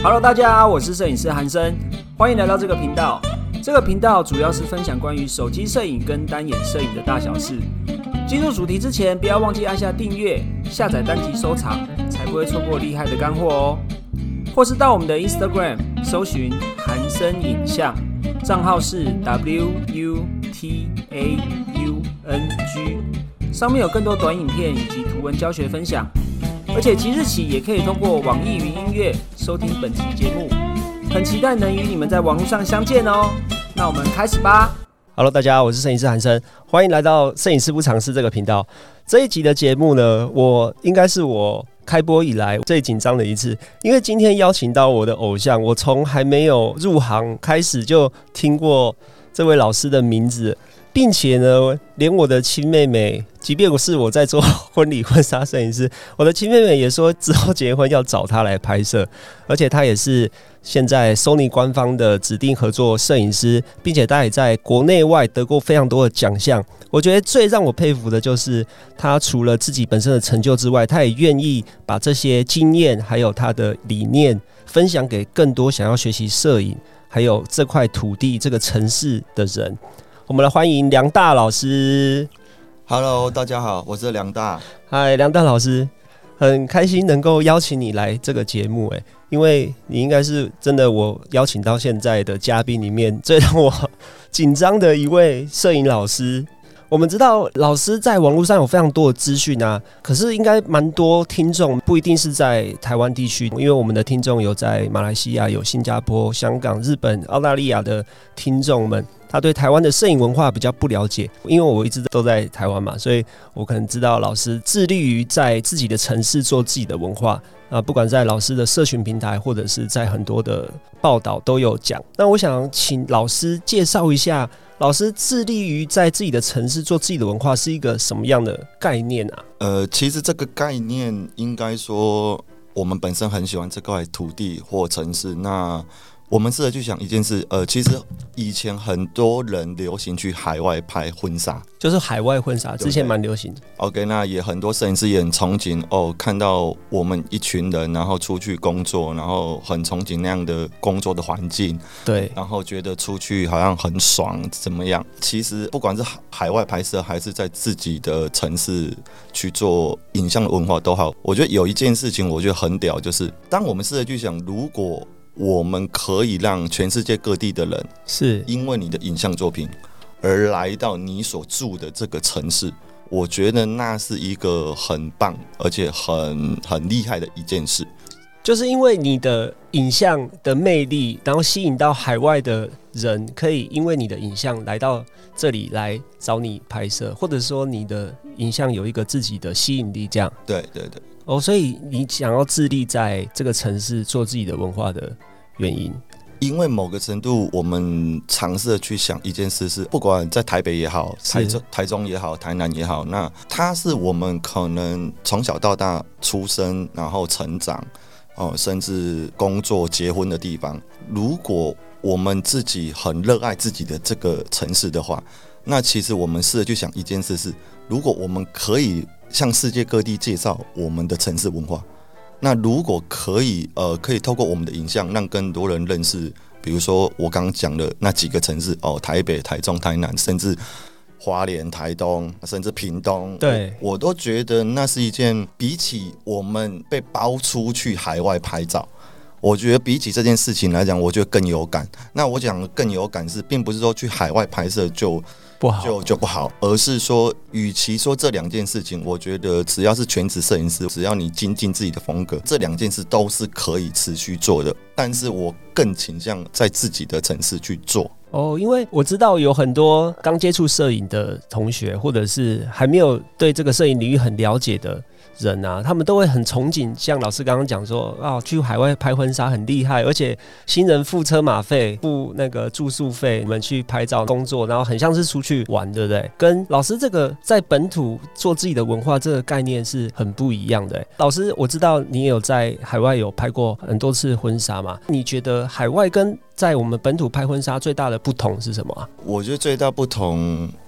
Hello， 大家好，我是摄影师韩生，欢迎来到这个频道。这个频道主要是分享关于手机摄影跟单眼摄影的大小事。进入主题之前，不要忘记按下订阅、下载单集收藏，才不会错过厉害的干货哦。或是到我们的 Instagram 搜寻韩生影像，账号是 WUTAUNG， 上面有更多短影片以及图文教学分享。而且即日起也可以通过网易云音乐收听本期节目，很期待能与你们在网络上相见哦。那我们开始吧。 Hello， 大家好，我是摄影师韩生，欢迎来到摄影师不尝试这个频道。这一集的节目呢，应该是我开播以来最紧张的一次，因为今天邀请到我的偶像，我从还没有入行开始就听过这位老师的名字，并且呢，连我的亲妹妹，即便是我在做婚礼婚纱摄影师，我的亲妹妹也说之后结婚要找她来拍摄，而且她也是现在 Sony 官方的指定合作摄影师，并且她也在国内外得过非常多的奖项。我觉得最让我佩服的就是她除了自己本身的成就之外，她也愿意把这些经验还有她的理念分享给更多想要学习摄影还有这块土地这个城市的人。我们来欢迎梁大老师。 Hello， 大家好，我是梁大。 嗨，梁大老师，很开心能够邀请你来这个节目，因为你应该是真的我邀请到现在的嘉宾里面最让我紧张的一位摄影老师。我们知道老师在网络上有非常多的资讯啊，可是应该蛮多听众不一定是在台湾地区，因为我们的听众有在马来西亚、有新加坡、香港、日本、澳大利亚的听众们，他对台湾的摄影文化比较不了解。因为我一直都在台湾嘛，所以我可能知道老师致力于在自己的城市做自己的文化不管在老师的社群平台或者是在很多的报道都有讲。那我想请老师介绍一下，老师致力于在自己的城市做自己的文化是一个什么样的概念啊？ 其实这个概念应该说，我们本身很喜欢这块土地或城市。那我们试着去想一件事，其实以前很多人流行去海外拍婚纱， 就是海外婚纱，之前蛮流行的。 OK， 那也很多摄影师也很憧憬看到我们一群人，然后出去工作，然后很憧憬那样的工作的环境， 对， 然后觉得出去好像很爽，怎么样？其实不管是海外拍摄，还是在自己的城市去做影像的文化都好，我觉得有一件事情我觉得很屌，就是当我们试着去想，如果我们可以让全世界各地的人是因为你的影像作品而来到你所住的这个城市，我觉得那是一个很棒而且很厉害的一件事。 就是因为你的影像的魅力，然后吸引到海外的人可以因为你的影像来到这里来找你拍摄，或者说你的影像有一个自己的吸引力，这样。 对对对。 所以你想要致力在这个城市做自己的文化的原因， 因为某个程度我们尝试去想一件事是，不管在台北也好，台中也好，台南也好，那它是我们可能从小到大出生然后成长甚至工作结婚的地方。如果我们自己很热爱自己的这个城市的话，那其实我们试着去想一件事是，如果我们可以向世界各地介绍我们的城市文化，那如果可以透过我们的影像让更多人认识，比如说我刚刚讲的那几个城市台北、台中、台南，甚至花莲、台东，甚至屏东， 对， 我都觉得那是一件比起我们被包出去海外拍照，我觉得比起这件事情来讲，我觉得更有感。那我讲的更有感是，并不是说去海外拍摄就不好，而是说，与其说这两件事情，我觉得只要是全职摄影师，只要你精进自己的风格，这两件事都是可以持续做的。但是我更倾向在自己的城市去做。 因为我知道有很多刚接触摄影的同学，或者是还没有对这个摄影领域很了解的人啊，他们都会很憧憬，像老师刚刚讲说去海外拍婚纱很厉害，而且新人付车马费、付那个住宿费，我们去拍照工作，然后很像是出去玩，对不对？跟老师这个在本土做自己的文化这个概念是很不一样的。老师，我知道你也有在海外有拍过很多次婚纱嘛，你觉得海外跟在我们本土拍婚纱最大的不同是什么啊？ 我觉得最大不同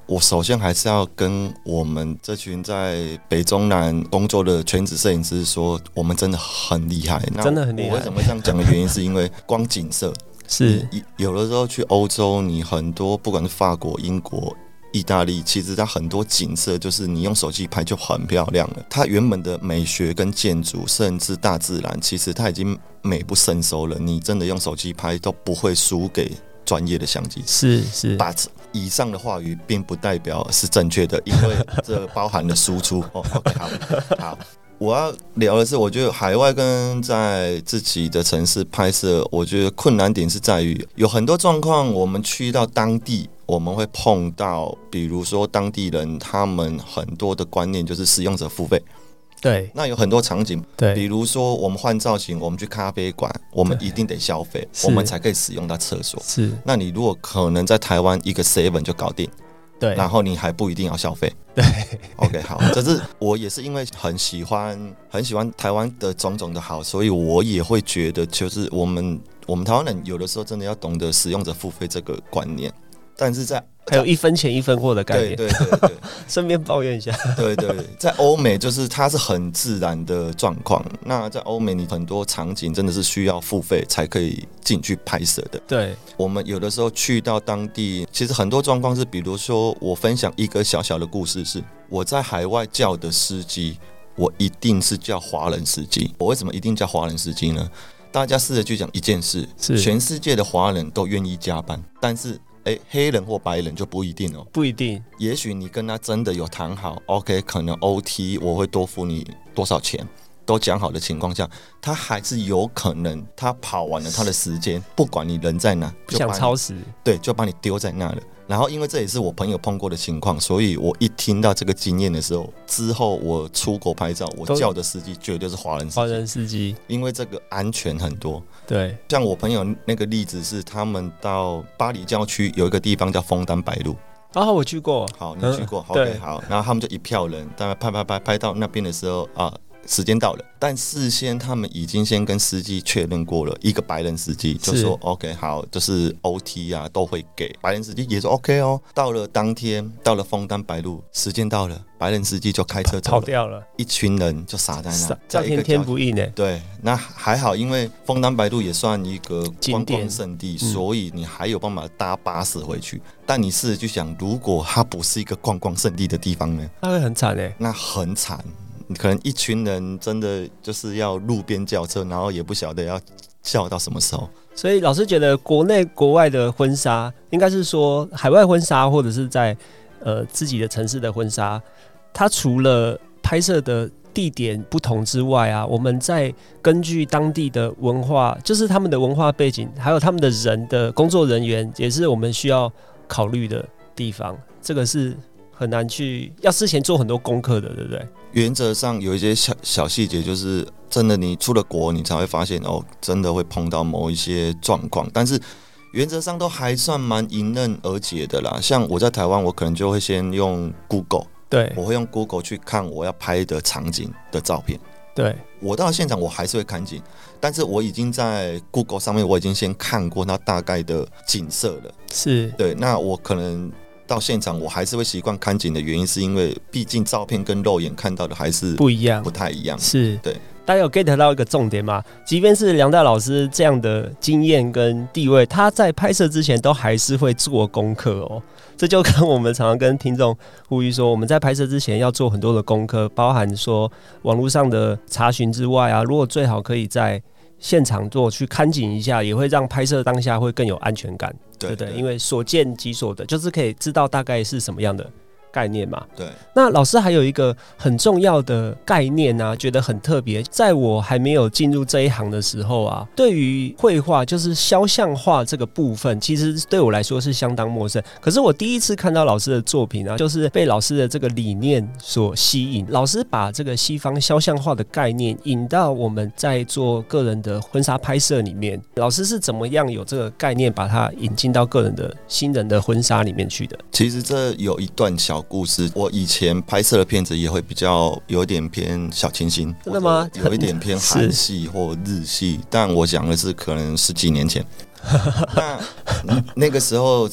我首先还是要跟我们这群在北中南工作的全职摄影师说，我们真的很厉害， 真的很厉害。 我为什么这样讲的原因，是因为光景色是有的时候去欧洲，你很多不管是法国、英国、意大利，其实它很多景色就是你用手机拍就很漂亮了。它原本的美学跟建筑，甚至大自然，其实它已经美不胜收了。你真的用手机拍都不会输给专业的相机。 是。 But 以上的话语并不代表是正确的，因为这包含了输出。OK， 好。我要聊的是，我觉得海外跟在自己的城市拍摄，我觉得困难点是在于有很多状况，我们去到当地，我们会碰到，比如说当地人他们很多的观念就是使用者付费。 对， 那有很多场景， 对， 比如说我们换造型，我们去咖啡馆，我们一定得消费，我们才可以使用到厕所。 是， 那你如果可能在台湾一个 7 就搞定， 对， 然后你还不一定要消费。 对 ，OK， 好，这是我也是因为很喜欢台湾的种种的好，所以我也会觉得，就是我们台湾人有的时候真的要懂得使用者付费这个观念，但是还有1分钱1分货的概念， 对， 顺便抱怨一下， 对，在欧美就是它是很自然的状况。那在欧美，你很多场景真的是需要付费才可以进去拍摄的。 对， 我们有的时候去到当地，其实很多状况是，比如说我分享一个小小的故事是，我在海外叫的司机，我一定是叫华人司机。我为什么一定叫华人司机呢？大家试着去讲一件事，全世界的华人都愿意加班，但是黑人或白人就不一定哦， 不一定。 也许你跟他真的有谈好 ，OK， 可能 OT 我会多付你多少钱，都讲好的情况下，他还是有可能他跑完了他的时间，不管你人在哪， 不想超时， 对，就把你丢在那了。然后因为这也是我朋友碰过的情况，所以我一听到这个经验的时候，之后我出国拍照，我叫的司机绝对是华人司机，因为这个安全很多。 对，像我朋友那个例子是，他们到巴黎郊区有一个地方叫枫丹白露。 我去过。 好，你去过？OK， 好。然后他们就一票人，大概拍到那边的时候啊。时间到了，但事先他们已经先跟司机确认过了，一个白人司机就说 OK 好，就是 OT 啊都会给，白人司机也说 OK 哦。到了当天，到了枫丹白露，时间到了，白人司机就开车走了， 跑掉了， 一群人就傻在那， 这样天不应呢。 对，那还好，因为枫丹白露也算一个观光胜地，所以你还有办法搭巴士回去。但你试着去想，如果它不是一个观光胜地的地方呢？ 那会很惨哎， 那很惨。可能一群人真的就是要路边叫车，然后也不晓得要叫到什么时候。 所以老师觉得国内国外的婚纱，应该是说海外婚纱或者是在自己的城市的婚纱，它除了拍摄的地点不同之外啊，我们在根据当地的文化，就是他们的文化背景，还有他们的人的工作人员，也是我们需要考虑的地方。这个是很难去，要事前做很多功课的，对不对？ 原则上有一些小细节，就是真的你出了国，你才会发现哦，真的会碰到某一些状况，但是原则上都还算蛮迎刃而解的啦。像我在台湾，我可能就会先用 Google， 对， 我会用 Google 去看我要拍的场景的照片。 对， 我到现场我还是会看景，但是我已经在 Google 上面我已经先看过它大概的景色了。 是， 对，那我可能到现场我还是会习惯看景的原因，是因为毕竟照片跟肉眼看到的还是不一样， 不太一样。 是， 对。 大家有 get 到一个重点吗？即便是梁大老师这样的经验跟地位，他在拍摄之前都还是会做功课哦。这就跟我们常常跟听众呼吁说，我们在拍摄之前要做很多的功课，包含说网络上的查询之外啊，如果最好可以在现场做去看景一下，也会让拍摄当下会更有安全感，对不对？因为所见即所得，就是可以知道大概是什么样的概念嘛。 对。 那老师还有一个很重要的概念啊，觉得很特别。在我还没有进入这一行的时候啊，对于绘画就是肖像画这个部分，其实对我来说是相当陌生。可是我第一次看到老师的作品啊，就是被老师的这个理念所吸引。老师把这个西方肖像画的概念引到我们在做个人的婚纱拍摄里面。老师是怎么样有这个概念把它引进到个人的新人的婚纱里面去的？ 其实这有一段小故事，我以前拍摄的片子也会比较有点偏小清新， 真的吗？ 有一点偏韩系或日系，但我讲的是可能10几年前。那个时候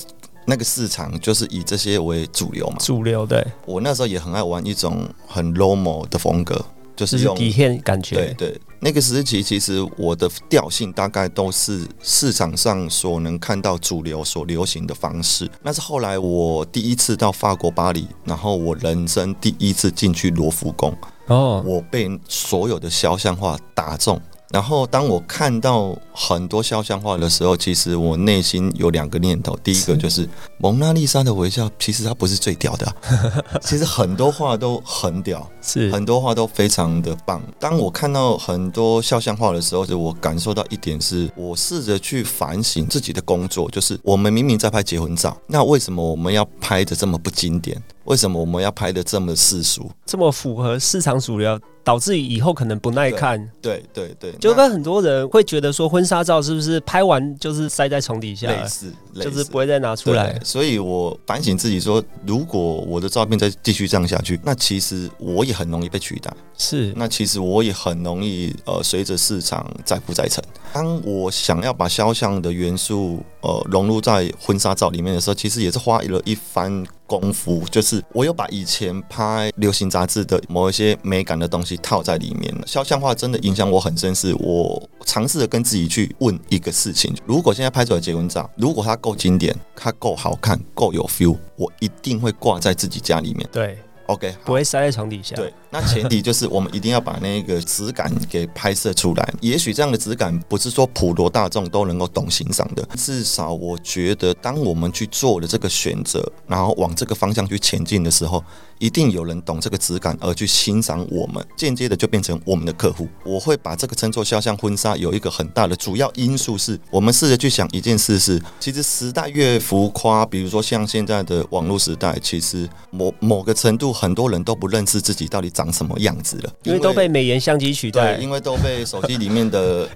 那个市场就是以这些为主流嘛。 主流对， 我那时候也很爱玩一种很 lomo 的风格，就是用底片感觉。 对对，那个时期其实我的调性大概都是市场上所能看到主流所流行的方式。那是后来我第一次到法国巴黎，然后我人生第一次进去罗浮宫，我被所有的肖像画打中。然后当我看到很多肖像画的时候，其实我内心有2个念头。第一个就是蒙娜丽莎的微笑，其实它不是最屌的其实很多画都很屌， 是很多画都非常的棒。当我看到很多肖像画的时候，我感受到一点是，我试着去反省自己的工作，就是我们明明在拍结婚照，那为什么我们要拍的这么不经典？为什么我们要拍的这么世俗， 这么符合市场主流，导致于以后可能不耐看？ 对对对， 就跟很多人会觉得说，婚纱照是不是拍完就是塞在床底下， 类似就是不会再拿出来。 所以我反省自己说，如果我的照片再继续这样下去，那其实我也很容易被取代。 是， 那其实我也很容易随着市场载浮载沉。当我想要把肖像的元素融入在婚纱照里面的时候，其实也是花了一番功夫，就是我有把以前拍流行杂志的某一些美感的东西套在里面了。肖像画真的影响我很深，是我尝试着跟自己去问一个事情：如果现在拍出来的结婚照，如果它够经典，它够好看，够有 feel， 我一定会挂在自己家里面。 对。 OK， 不会塞在床底下。 对，那前提就是我们一定要把那个质感给拍摄出来。也许这样的质感不是说普罗大众都能够懂欣赏的，至少我觉得，当我们去做了这个选择，然后往这个方向去前进的时候，一定有人懂这个质感而去欣赏我们，间接的就变成我们的客户。我会把这个称作肖像婚纱，有一个很大的主要因素是，我们试着去想一件事是，其实时代越浮夸，比如说像现在的网络时代，其实某个程度，很多人都不认识自己到底长什么样子了， 因为都被美颜相机取代。 对，因为都被手机里面的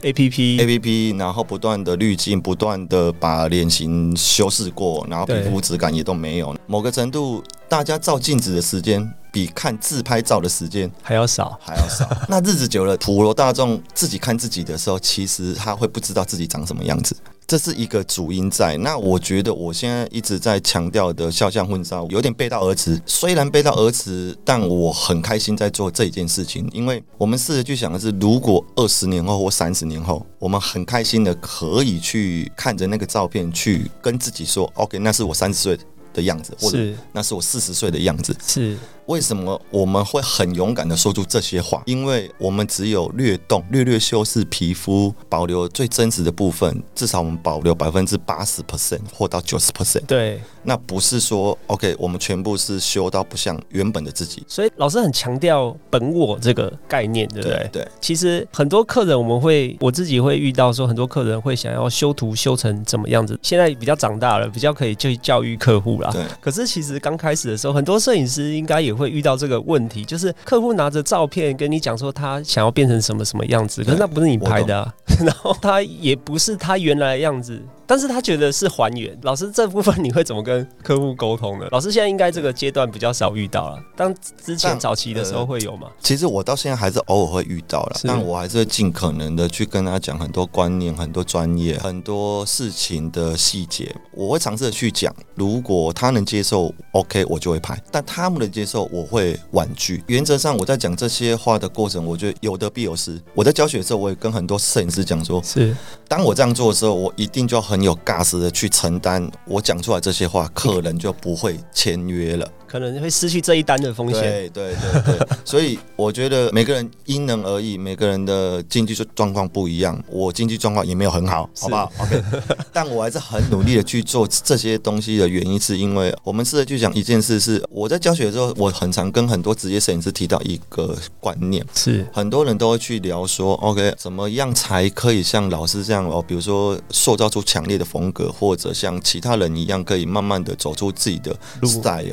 APP， 然后不断的滤镜，不断的把脸型修饰过，然后皮肤质感也都没有。某个程度，大家照镜子的时间比看自拍照的时间还要少。 那日子久了，普罗大众自己看自己的时候，其实他会不知道自己长什么样子。这是一个主因在。那我觉得我现在一直在强调的肖像婚纱有点背道而驰，虽然背道而驰，但我很开心在做这一件事情，因为我们试着去想的是，如果20年后或30年后，我们很开心的可以去看着那个照片，去跟自己说 OK， 那是我30岁的样子，或者那是我40岁的样子。 是为什么我们会很勇敢的说出这些话？因为我们只有略动、略修饰皮肤，保留最真实的部分，至少我们保留80% 或到90%。 对， 那不是说 OK， 我们全部是修到不像原本的自己。 所以老师很强调本我这个概念，对不对？ 对。 其实很多客人我自己会遇到说，很多客人会想要修图修成怎么样子。现在比较长大了，比较可以去教育客户啦。 对。 可是其实刚开始的时候，很多摄影师应该也会遇到这个问题，就是客户拿着照片跟你讲说他想要变成什么什么样子，可是那不是你拍的啊，然后他也不是他原来的样子，但是他觉得是还原。老师这部分你会怎么跟客户沟通呢？老师现在应该这个阶段比较少遇到了，当之前早期的时候会有吗？ 其实我到现在还是偶尔会遇到了，但我还是会尽可能的去跟他讲很多观念、很多专业、很多事情的细节，我会尝试的去讲。如果他能接受 OK， 我就会拍，但他们的接受我会婉拒。原则上我在讲这些话的过程，我觉得有得必有失。我在教学的时候，我也跟很多摄影师讲说， 是当我这样做的时候，我一定就很有尬识的去承担我讲出来这些话，客人就不会签约了， 可能会失去这一单的风险。 对，所以我觉得每个人因人而异，每个人的经济状况不一样，我经济状况也没有很好，好不好 ？OK， 但我还是很努力的去做这些东西的原因，是因为我们试着去讲一件事是，我在教学的时候，我很常跟很多职业摄影师提到一个观念， 是很多人都会去聊说 ，OK， 怎么样才可以像老师这样比如说塑造出强烈的风格，或者像其他人一样，可以慢慢的走出自己的 style。 对，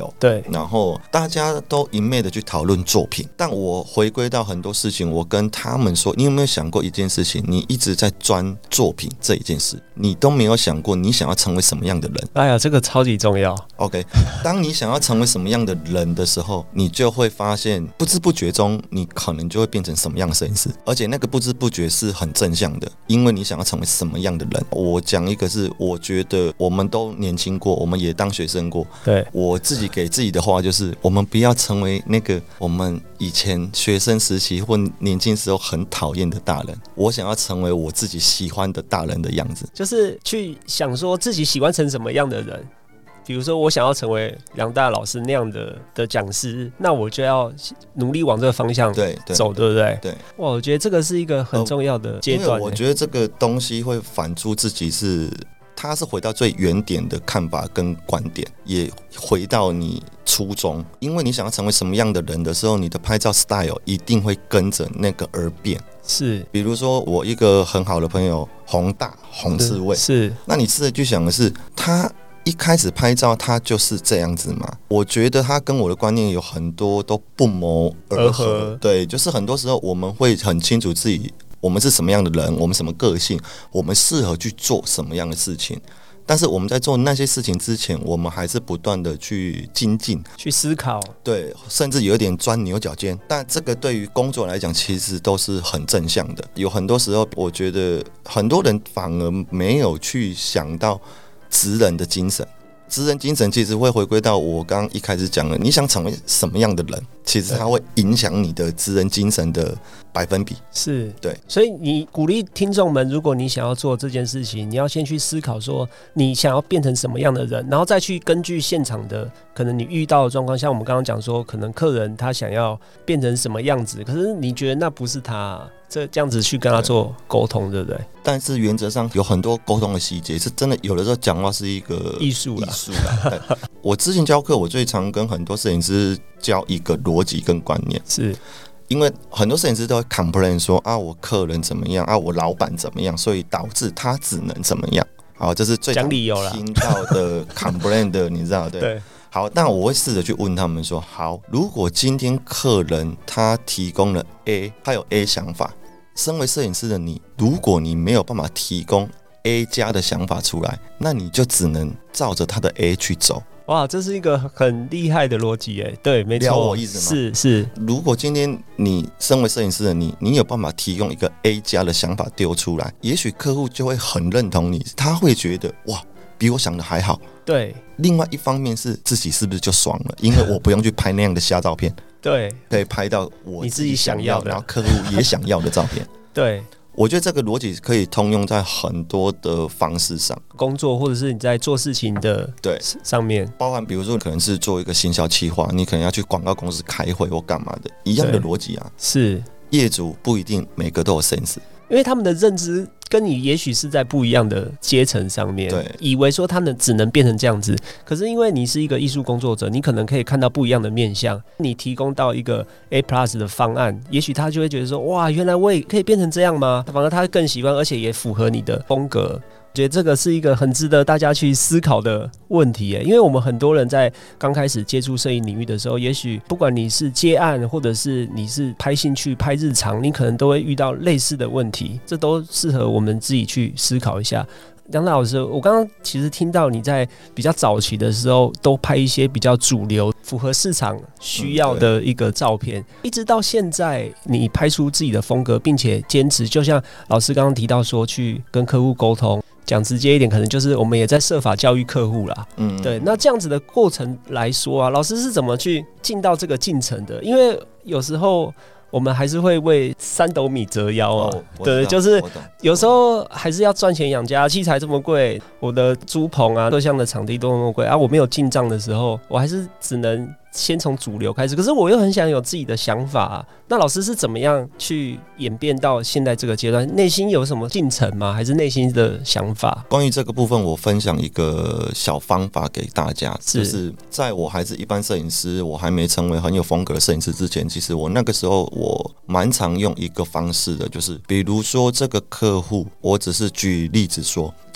然后大家都一昧的去讨论作品，但我回归到很多事情，我跟他们说，你有没有想过一件事情？你一直在钻作品这一件事，你都没有想过你想要成为什么样的人。 哎呀，这个超级重要。 OK， 当你想要成为什么样的人的时候，你就会发现不知不觉中你可能就会变成什么样的摄影师，而且那个不知不觉是很正向的，因为你想要成为什么样的人。我讲一个是我觉得我们都年轻过，我们也当学生过， 对， 我自己给自己的话就是我们不要成为那个我们以前学生时期或年轻时候很讨厌的大人，我想要成为我自己喜欢的大人的样子， 就是去想说自己喜欢成什么样的人。比如说我想要成为梁大老师那样的讲师，那我就要努力往这个方向走，对不对？ 对， 哇，我觉得这个是一一个很重要的阶段。 因为我觉得这个东西会反出自己它是回到最原点的看法跟观点，也回到你初衷。因为你想要成为什么样的人的时候，你的拍照 style 一定会跟着那个而变。 是， 比如说我一个很好的朋友洪刺猬， 是， 那你试着去想的是他。一开始拍照他就是这样子嘛？我觉得他跟我的观念有很多都不谋而合。对，就是很多时候我们会很清楚自己我们是什么样的人，我们什么个性，我们适合去做什么样的事情。但是我们在做那些事情之前，我们还是不断的去精进、 去思考， 对，甚至有一点钻牛角尖。但这个对于工作来讲，其实都是很正向的。有很多时候，我觉得很多人反而没有去想到职人的精神，职人精神其实会回归到我刚刚一开始讲的，你想成为什么样的人，其实它会影响你的职人精神的百分比。 是， 对， 所以你鼓励听众们，如果你想要做这件事情，你要先去思考说你想要变成什么样的人，然后再去根据现场的可能你遇到的状况，像我们刚刚讲说，可能客人他想要变成什么样子，可是你觉得那不是他，这样子去跟他做沟通，对不对？ 但是原则上有很多沟通的细节，是真的有的时候讲话是一个艺术啦。 我之前教课，我最常跟很多摄影师教一个逻辑跟观念， 是因为很多摄影师都会 complain 说啊，我客人怎么样啊，我老板怎么样，所以导致他只能怎么样。好，这是最常听到的 complain 的，你知道对？ 对。 好，那我会试着去问他们说，好，如果今天客人他提供了 A， 他有 A 想法，身为摄影师的你，如果你没有办法提供 A 加的想法出来，那你就只能照着他的 A 去走。 哇，这是一个很厉害的逻辑耶！对，没错， 了我意思吗？ 是。如果今天你身为摄影师的你有办法提供一个 A 加的想法丢出来，也许客户就会很认同你，他会觉得哇，比我想的还好。 对。 另外一方面是自己是不是就爽了？因为我不用去拍那样的瞎照片， 对， 可以拍到我自己想要的，然后客户也想要的照片。 对。 我觉得这个逻辑可以通用在很多的方式上， 工作或者是你在做事情的上面， 包含比如说可能是做一个行销企划，你可能要去广告公司开会或干嘛的，一样的逻辑啊。 是， 业主不一定每个都有 sense， 因为他们的认知跟你也许是在不一样的阶层上面， 对， 以为说他们只能变成这样子，可是因为你是一个艺术工作者，你可能可以看到不一样的面向，你提供到一个 A+ 的方案，也许他就会觉得说，哇，原来我也可以变成这样吗？反而他更喜欢，而且也符合你的风格。觉得这个是一个很值得大家去思考的问题耶，因为我们很多人在刚开始接触摄影领域的时候，也许不管你是接案或者是你是拍兴趣拍日常，你可能都会遇到类似的问题，这都适合我们自己去思考一下。梁老师，我刚刚其实听到你在比较早期的时候都拍一些比较主流符合市场需要的一个照片，一直到现在你拍出自己的风格，并且坚持，就像老师刚刚提到说去跟客户沟通，讲直接一点，可能就是我们也在设法教育客户啦。对。那这样子的过程来说啊，老师是怎么去进到这个进程的？因为有时候我们还是会为三斗米折腰啊。对，就是有时候还是要赚钱养家，器材这么贵，我的租棚啊、各项的场地都那么贵啊，我没有进账的时候，我还是只能先从主流开始，可是我又很想有自己的想法啊。那老师是怎么样去演变到现在这个阶段？内心有什么进程吗？还是内心的想法？ 关于这个部分，我分享一个小方法给大家，就是在我还是一般摄影师，我还没成为很有风格的摄影师之前，其实我那个时候我蛮常用一个方式的，就是比如说这个客户，我只是举例子说，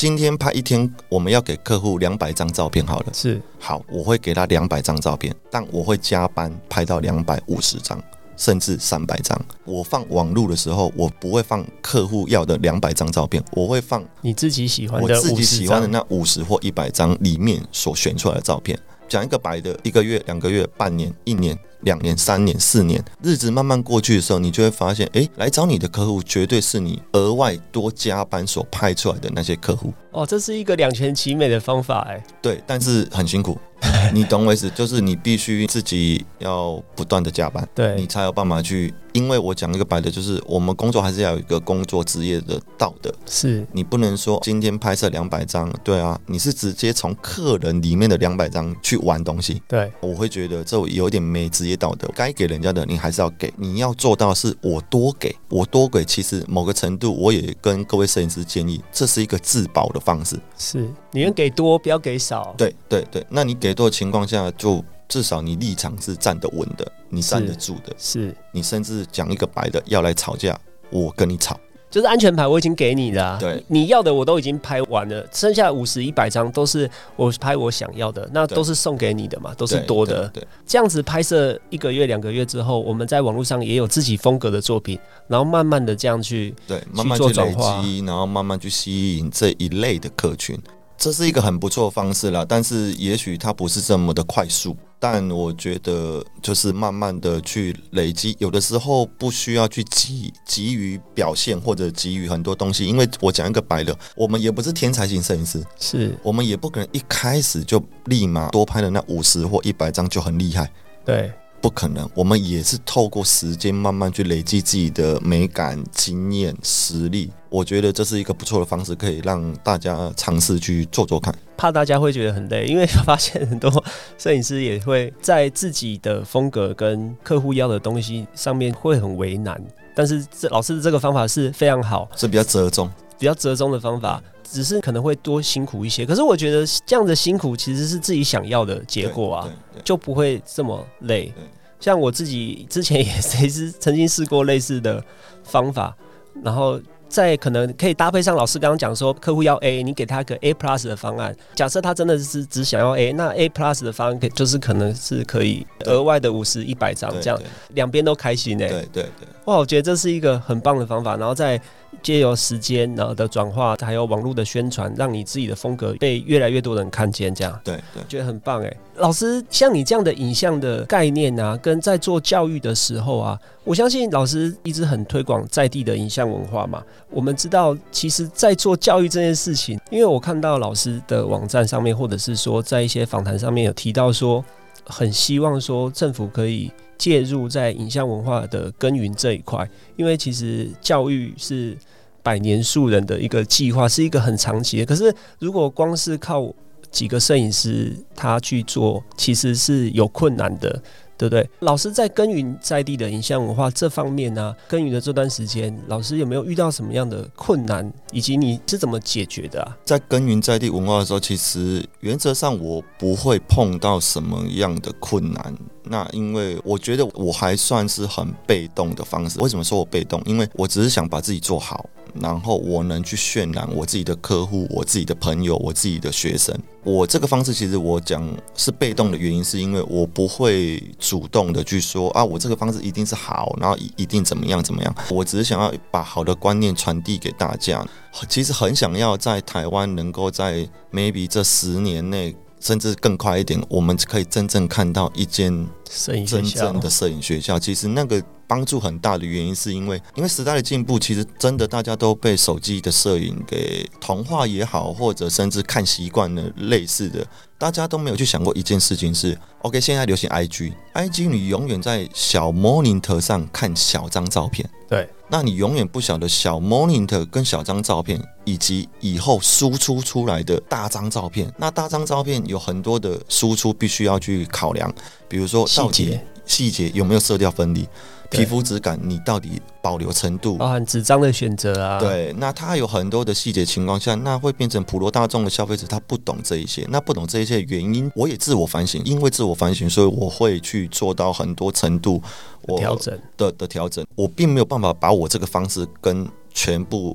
今天拍一天，我们要给客户200张照片好了， 是好，我会给他200张照片，但我会加班拍到250张。甚至300张。我放网路的时候，我不会放客户要的200张照片，我会放你自己喜欢的我自己喜欢的那50或100张里面所选出来的照片。讲一个白的，1个月、2个月、半年、1年、2年、3年、4年，日子慢慢过去的时候，你就会发现，来找你的客户绝对是你额外多加班所派出来的那些客户。 哦，这是一个两全其美的方法哎。 对，但是很辛苦。你懂我意思，就是你必须自己要不断的加班， 对， 你才有办法去。因为我讲一个白的，就是我们工作还是要有一个工作职业的道德， 是你不能说今天拍摄200张，对啊，你是直接从客人里面的200张去玩东西， 对， 我会觉得这有点没职业道德。该给人家的你还是要给，你要做到的是我多给，我多给。其实某个程度，我也跟各位摄影师建议，这是一个自保的方式， 是你愿给多，不要给少。 对对对，那你给多的情况下，就至少你立场是站得稳的，你站得住的， 是你甚至讲一个白的要来吵架，我跟你吵， 就是安全牌我已经给你了、啊， 对， 你要的我都已经拍完了，剩下50、100张都是我拍我想要的，那都是送给你的嘛，都是多的。 对， 这样子拍摄1个月、2个月之后，我们在网络上也有自己风格的作品，然后慢慢的这样去慢慢去累积，然后慢慢去吸引这一类的客群。这是一个很不错的方式啦，但是也许它不是这么的快速，但我觉得就是慢慢的去累积，有的时候不需要去急于表现或者急于很多东西，因为我讲一个白的，我们也不是天才型摄影师， 是我们也不可能一开始就立马多拍的那50或100张就很厉害， 对， 不可能，我们也是透过时间慢慢去累积自己的美感、经验、实力。我觉得这是一个不错的方式，可以让大家尝试去做做看。 怕大家会觉得很累，因为发现很多摄影师也会在自己的风格跟客户要的东西上面会很为难。但是老师的这个方法是非常好， 是比较折中的方法。只是可能会多辛苦一些，可是我觉得这样的辛苦其实是自己想要的结果啊，就不会这么累。像我自己之前也曾经试过类似的方法，然后再可能可以搭配上老师刚刚讲说，客户要 A， 你给他个 A Plus 的方案。假设他真的是只想要 A， 那 A Plus 的方案就是可能是可以额外的50、100张，这样两边都开心欸。 对， 哇，我觉得这是一个很棒的方法，然后再借由时间然后的转化，还有网络的宣传，让你自己的风格被越来越多人看见，这样对， 觉得很棒哎。老师，像你这样的影像的概念啊，跟在做教育的时候啊，我相信老师一直很推广在地的影像文化嘛。我们知道，其实，在做教育这件事情，因为我看到老师的网站上面，或者是说在一些访谈上面有提到说，很希望说政府可以介入在影像文化的耕耘这一块，因为其实教育是100年树人的一个计划，是一个很长期的。可是如果光是靠几个摄影师他去做，其实是有困难的，对不对？老师在耕耘在地的影像文化这方面呢、耕耘的这段时间，老师有没有遇到什么样的困难，以及你是怎么解决的啊？ 在耕耘在地文化的时候，其实原则上我不会碰到什么样的困难。那因为我觉得我还算是很被动的方式。为什么说我被动？因为我只是想把自己做好，然后我能去渲染我自己的客户、我自己的朋友、我自己的学生。我这个方式其实我讲是被动的原因，是因为我不会主动的去说啊，我这个方式一定是好，然后一定怎么样怎么样。我只是想要把好的观念传递给大家。其实很想要在台湾能够在 maybe 这10年内，甚至更快一点，我们可以真正看到一间真正的摄影学校。其实那个帮助很大的原因是因为时代的进步，其实真的大家都被手机的摄影给同化也好，或者甚至看习惯了类似的，大家都没有去想过一件事情是 OK， 现在流行 IG 你永远在小 monitor 上看小张照片， 对， 那你永远不晓得小 monitor 跟小张照片以及以后输出出来的大张照片，那大张照片有很多的输出必须要去考量，比如说到底细节有没有色调分离，皮肤质感你到底保留程度， 包含纸张的选择啊， 对，那它有很多的细节情况下，那会变成普罗大众的消费者他不懂这一些，那不懂这一些原因，我也自我反省，因为自我反省，所以我会去做到很多程度我的调整，我并没有办法把我这个方式跟全部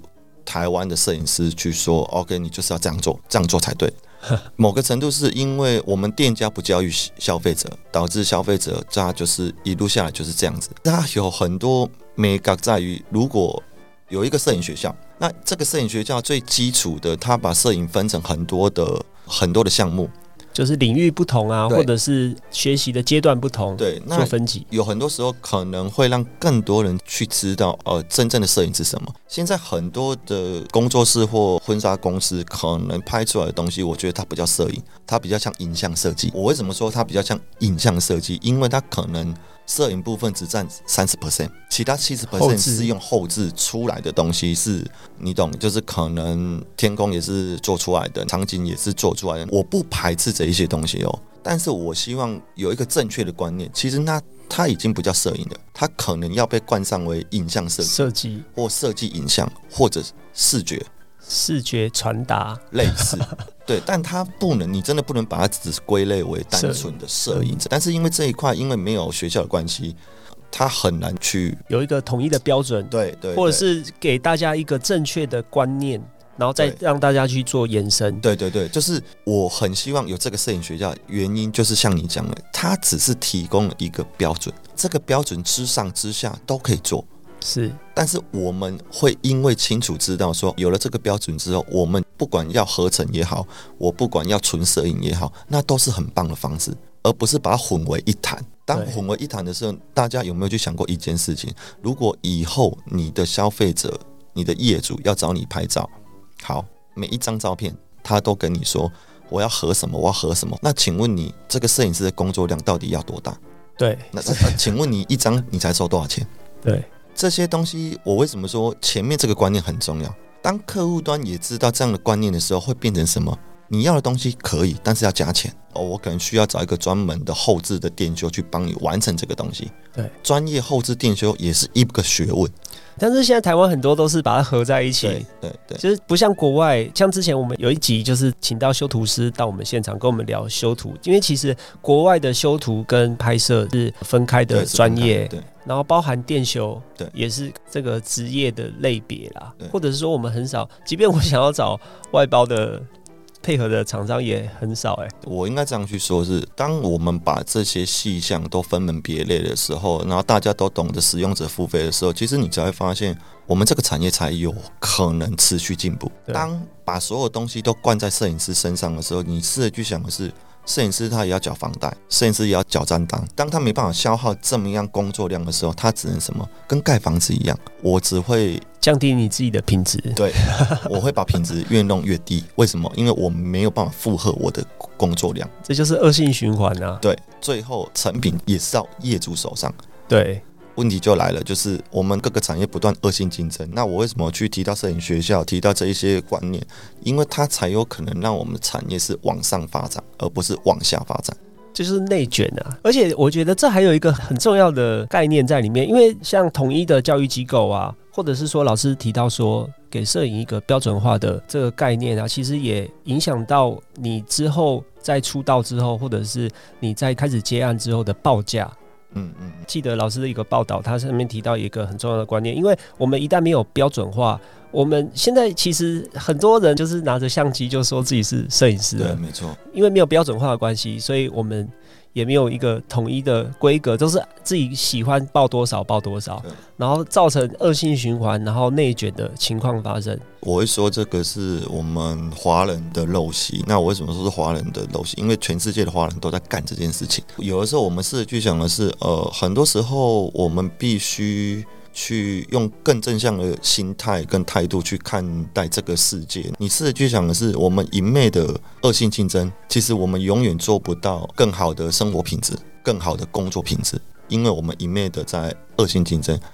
台湾的摄影师去说 OK 你就是要这样做，这样做才对。某个程度是因为我们店家不教育消费者，导致消费者他就是一路下来就是这样子。它有很多美感在于，如果有一个摄影学校，那这个摄影学校最基础的，它把摄影分成很多的项目， 就是领域不同啊，或者是学习的阶段不同， 对， 做分级。 有很多时候可能会让更多人去知道，真正的摄影是什么。现在很多的工作室或婚纱公司可能拍出来的东西，我觉得它不叫摄影，它比较像影像设计。我为什么说它比较像影像设计？因为它可能摄影部分只占 30%， 其他 70% 是用后制出来的东西，是你懂，就是可能天空也是做出来的，场景也是做出来的。我不排斥这一些东西哦，但是我希望有一个正确的观念，其实它已经不叫摄影了，它可能要被冠上为影像设计或设计影像，或者视觉传达类似。对，但它不能，你真的不能把它只归类为单纯的摄影。但是因为这一块，因为没有学校的关系，它很难去有一个统一的标准，对，或者是给大家一个正确的观念，然后再让大家去做延伸。 对，就是我很希望有这个摄影学校，原因就是像你讲的，它只是提供了一个标准，这个标准之上之下都可以做。 是， 但是我们会因为清楚知道说，有了这个标准之后，我们不管要合成也好，我不管要纯摄影也好，那都是很棒的方式，而不是把它混为一谈。当混为一谈的时候，大家有没有去想过一件事情？如果以后你的消费者、你的业主要找你拍照，好，每一张照片他都跟你说我要合什么，我要合什么，那请问你这个摄影师的工作量到底要多大？ 对， 那请问你一张你才收多少钱？ 对。 这些东西，我为什么说前面这个观念很重要？当客户端也知道这样的观念的时候，会变成什么？你要的东西可以，但是要加钱。我可能需要找一个专门的后置的电修去帮你完成这个东西。对，专业后置电修也是一个学问。 但是现在台湾很多都是把它合在一起，对，就是不像国外，像之前我们有一集就是请到修图师到我们现场跟我们聊修图，因为其实国外的修图跟拍摄是分开的专业，对，然后包含电修，对，也是这个职业的类别啦，或者是说我们很少，即便我想要找外包的配合的厂商也很少我应该这样去说是，当我们把这些细项都分门别类的时候，然后大家都懂得使用者付费的时候，其实你才会发现我们这个产业才有可能持续进步。当把所有东西都灌在摄影师身上的时候，你试着去想的是，摄影师他也要缴房贷，摄影师也要缴账单。当他没办法消耗这么样工作量的时候，他只能什么？跟盖房子一样，我只会降低你自己的品质。 对，我会把品质越弄越低。为什么？因为我没有办法负荷我的工作量， 这就是恶性循环啊。 对，最后成品也是到业主手上。 对。 问题就来了，就是我们各个产业不断恶性竞争。那我为什么去提到摄影学校，提到这一些观念？因为它才有可能让我们的产业是往上发展，而不是往下发展。 就是内卷啊！而且我觉得这还有一个很重要的概念在里面，因为像统一的教育机构啊，或者是说老师提到说给摄影一个标准化的这个概念啊，其实也影响到你之后在出道之后，或者是你在开始接案之后的报价。记得老师的一个报道，他上面提到一个很重要的观念，因为我们一旦没有标准化，我们现在其实很多人就是拿着相机就说自己是摄影师了， 对，没错， 因为没有标准化的关系，所以我们也没有一个统一的规格，都是自己喜欢报多少报多少，然后造成恶性循环，然后内卷的情况发生。 我会说这个是我们华人的陋习。那我为什么说是华人的陋习？因为全世界的华人都在干这件事情。有的时候我们试着去想的是，很多时候我们必须去用更正向的心态跟态度去看待这个世界。你试着去想的是，我们一昧的恶性竞争，其实我们永远做不到更好的生活品质、更好的工作品质，因为我们一昧的在恶性竞争。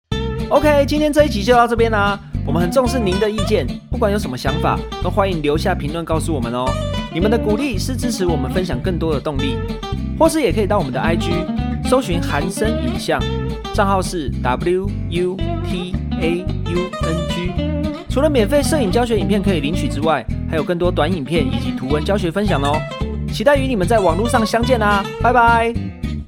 OK， 今天这一集就到这边啦。我们很重视您的意见，不管有什么想法，都欢迎留下评论告诉我们哦。你们的鼓励是支持我们分享更多的动力，或是也可以到我们的 IG 搜寻韩生影像，账号是 WUTAUNG。除了免费摄影教学影片可以领取之外，还有更多短影片以及图文教学分享哦。期待与你们在网络上相见啦，拜拜。